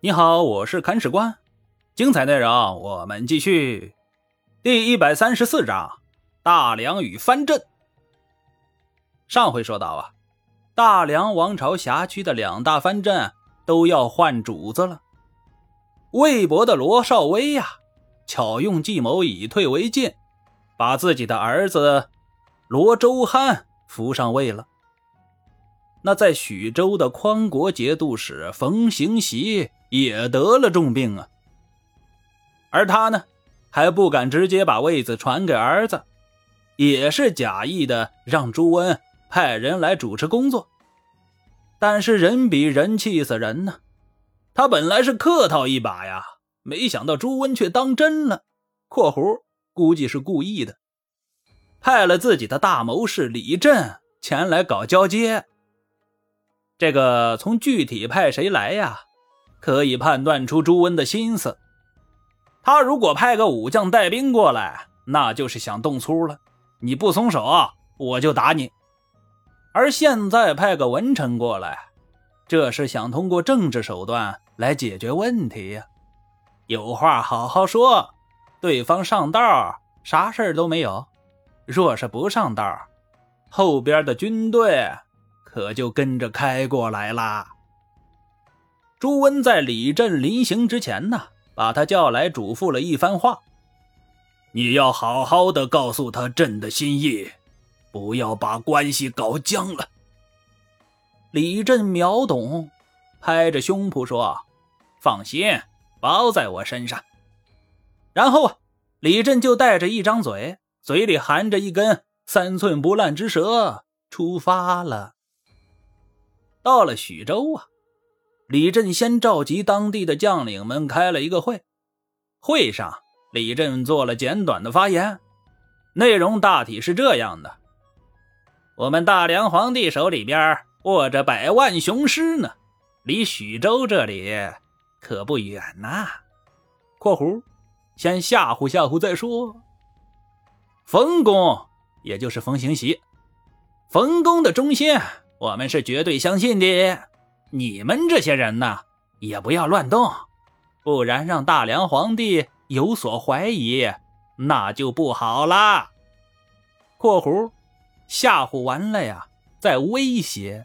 你好，我是看史官，精彩内容我们继续。第134章，大梁与藩镇。上回说到大梁王朝辖区的2大藩镇都要换主子了。魏博的罗绍威巧用计谋以退为进，把自己的儿子罗周憨扶上位了。那在许州的匡国节度使冯行习也得了重病而他呢，还不敢直接把位子传给儿子，也是假意的让朱温派人来主持工作。但是人比人气死人呢，他本来是客套一把没想到朱温却当真了（括弧估计是故意的），派了自己的大谋士李振前来搞交接。这个从具体派谁来可以判断出朱温的心思。他如果派个武将带兵过来，那就是想动粗了，你不松手我就打你。而现在派个文臣过来，这是想通过政治手段来解决问题有话好好说，对方上道啥事都没有，若是不上道，后边的军队可就跟着开过来啦。朱温在李振临行之前把他叫来嘱咐了一番话：你要好好的告诉他朕的心意，不要把关系搞僵了。李振秒懂，拍着胸脯说：放心，包在我身上。然后李振就带着一张嘴，嘴里含着一根3寸不烂之舌出发了。到了许州李振先召集当地的将领们开了一个会。会上李振做了简短的发言，内容大体是这样的：我们大梁皇帝手里边握着100万雄师呢，离许州这里可不远括弧先吓唬吓唬再说。冯公，也就是冯行习，冯公的忠心我们是绝对相信的，你们这些人也不要乱动，不然让大梁皇帝有所怀疑，那就不好啦。括弧吓唬完了再威胁。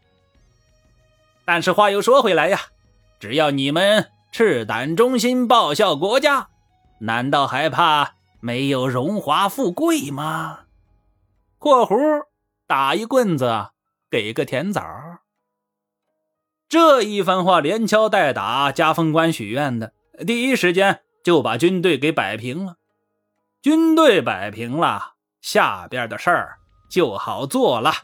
但是话又说回来只要你们赤胆忠心报效国家，难道还怕没有荣华富贵吗？括弧打一棍子给个甜枣。这一番话连敲带打加封官许愿的，第一时间就把军队给摆平了。军队摆平了，下边的事儿就好做了。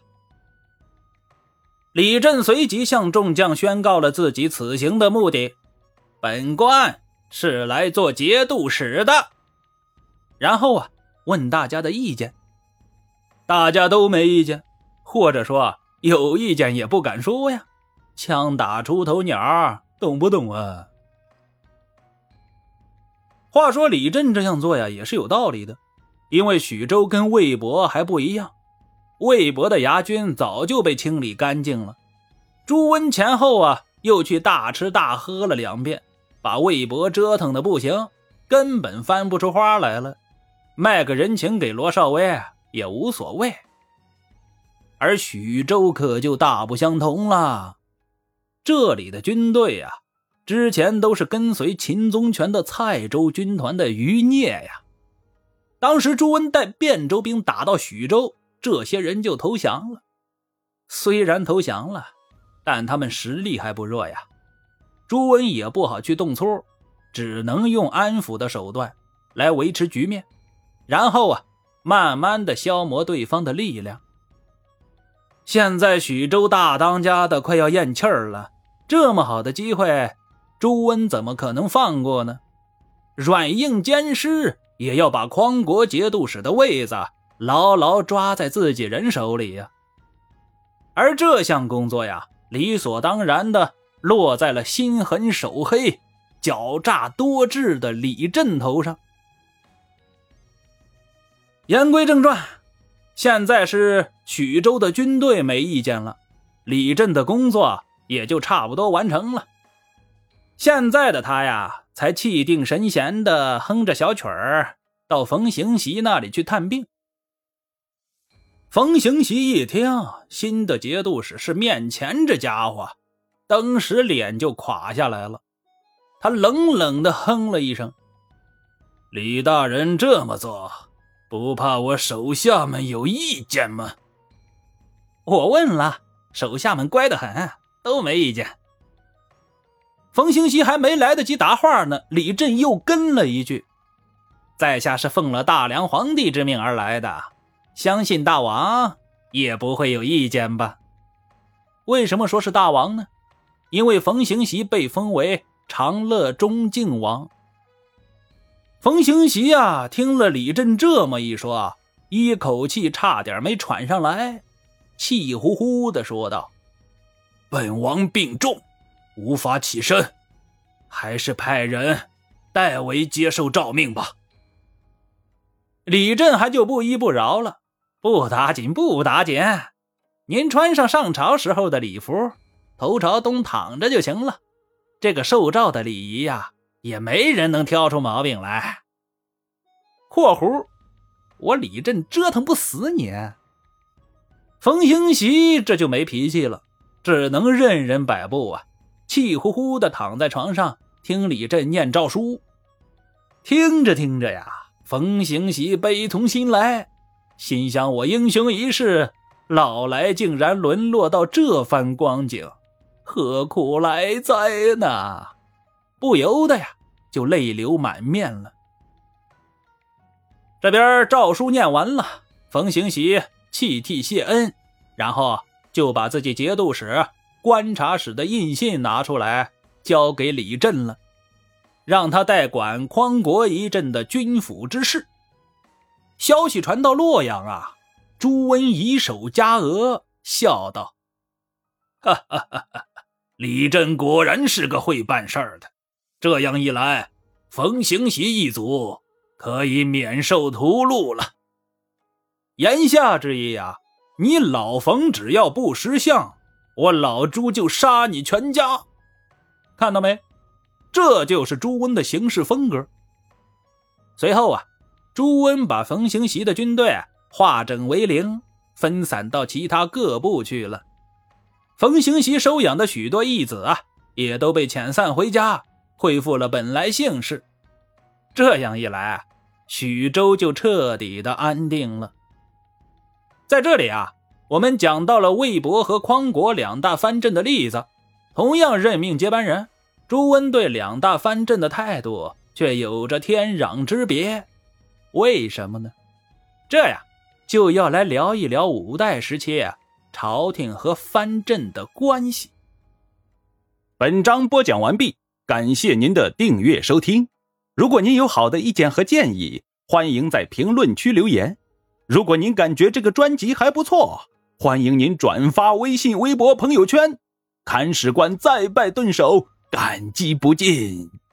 李振随即向众将宣告了自己此行的目的：本官是来做节度使的。然后问大家的意见，大家都没意见，或者说有意见也不敢说枪打出头鸟，懂不懂话说李振这样做也是有道理的，因为许州跟魏博还不一样，魏博的牙军早就被清理干净了，朱温前后又去大吃大喝了2遍，把魏博折腾的不行，根本翻不出花来了，卖个人情给罗绍威也无所谓。而许州可就大不相同了，这里的军队之前都是跟随秦宗权的蔡州军团的余孽当时朱温带汴州兵打到许州，这些人就投降了。虽然投降了，但他们实力还不弱朱温也不好去动粗，只能用安抚的手段来维持局面，然后慢慢的消磨对方的力量。现在许州大当家的快要咽气儿了，这么好的机会，朱温怎么可能放过呢？软硬兼施，也要把匡国节度使的位子牢牢抓在自己人手里而这项工作理所当然的落在了心狠手黑、狡诈多智的李振头上。言归正传，现在是许州的军队没意见了，李振的工作也就差不多完成了。 现在的他呀，才气定神闲地哼着小曲儿，到冯行喜那里去探病。冯行喜一听新的节度使是面前这家伙，当时脸就垮下来了。他冷冷地哼了一声：“李大人这么做，不怕我手下们有意见吗？”我问了，手下们乖得很，都没意见。冯行喜还没来得及答话呢，李振又跟了一句：“在下是奉了大梁皇帝之命而来的，相信大王也不会有意见吧？”为什么说是大王呢？因为冯行喜被封为长乐中靖王。冯行喜啊，听了李振这么一说，一口气差点没喘上来，气呼呼地说道：“本王病重，无法起身，还是派人代为接受诏命吧。”李振还就不依不饶了：“不打紧，不打紧，您穿上上朝时候的礼服，头朝东躺着就行了。这个受诏的礼仪呀，也没人能挑出毛病来。”括弧，我李振折腾不死你。冯行喜这就没脾气了，只能任人摆布啊，气呼呼地躺在床上听李振念诏书。听着听着呀，冯行喜悲从心来，心想我英雄一世，老来竟然沦落到这番光景，何苦来哉呢？不由得呀，就泪流满面了。这边诏书念完了，冯行喜泣涕谢恩，然后就把自己节度使、观察使的印信拿出来交给李振了，让他代管匡国一镇的军府之事。消息传到洛阳啊，朱温以手夹额，笑道：“哈哈哈哈，李振果然是个会办事儿的。这样一来，冯行喜一族可以免受屠戮了。言下之意啊，你老冯只要不识相，我老朱就杀你全家。看到没？这就是朱温的行事风格。”随后啊，朱温把冯行喜的军队化整为零，分散到其他各部去了。冯行喜收养的许多义子啊，也都被遣散回家，恢复了本来姓氏。这样一来啊，许州就彻底的安定了。在这里啊，我们讲到了魏博和匡国两大藩镇的例子，同样任命接班人，朱温对两大藩镇的态度却有着天壤之别。为什么呢？这呀，就要来聊一聊五代时期朝廷和藩镇的关系。 本章播讲完毕，感谢您的订阅收听。如果您有好的意见和建议，欢迎在评论区留言。如果您感觉这个专辑还不错，欢迎您转发微信、微博、朋友圈。看史官再拜顿首，感激不尽。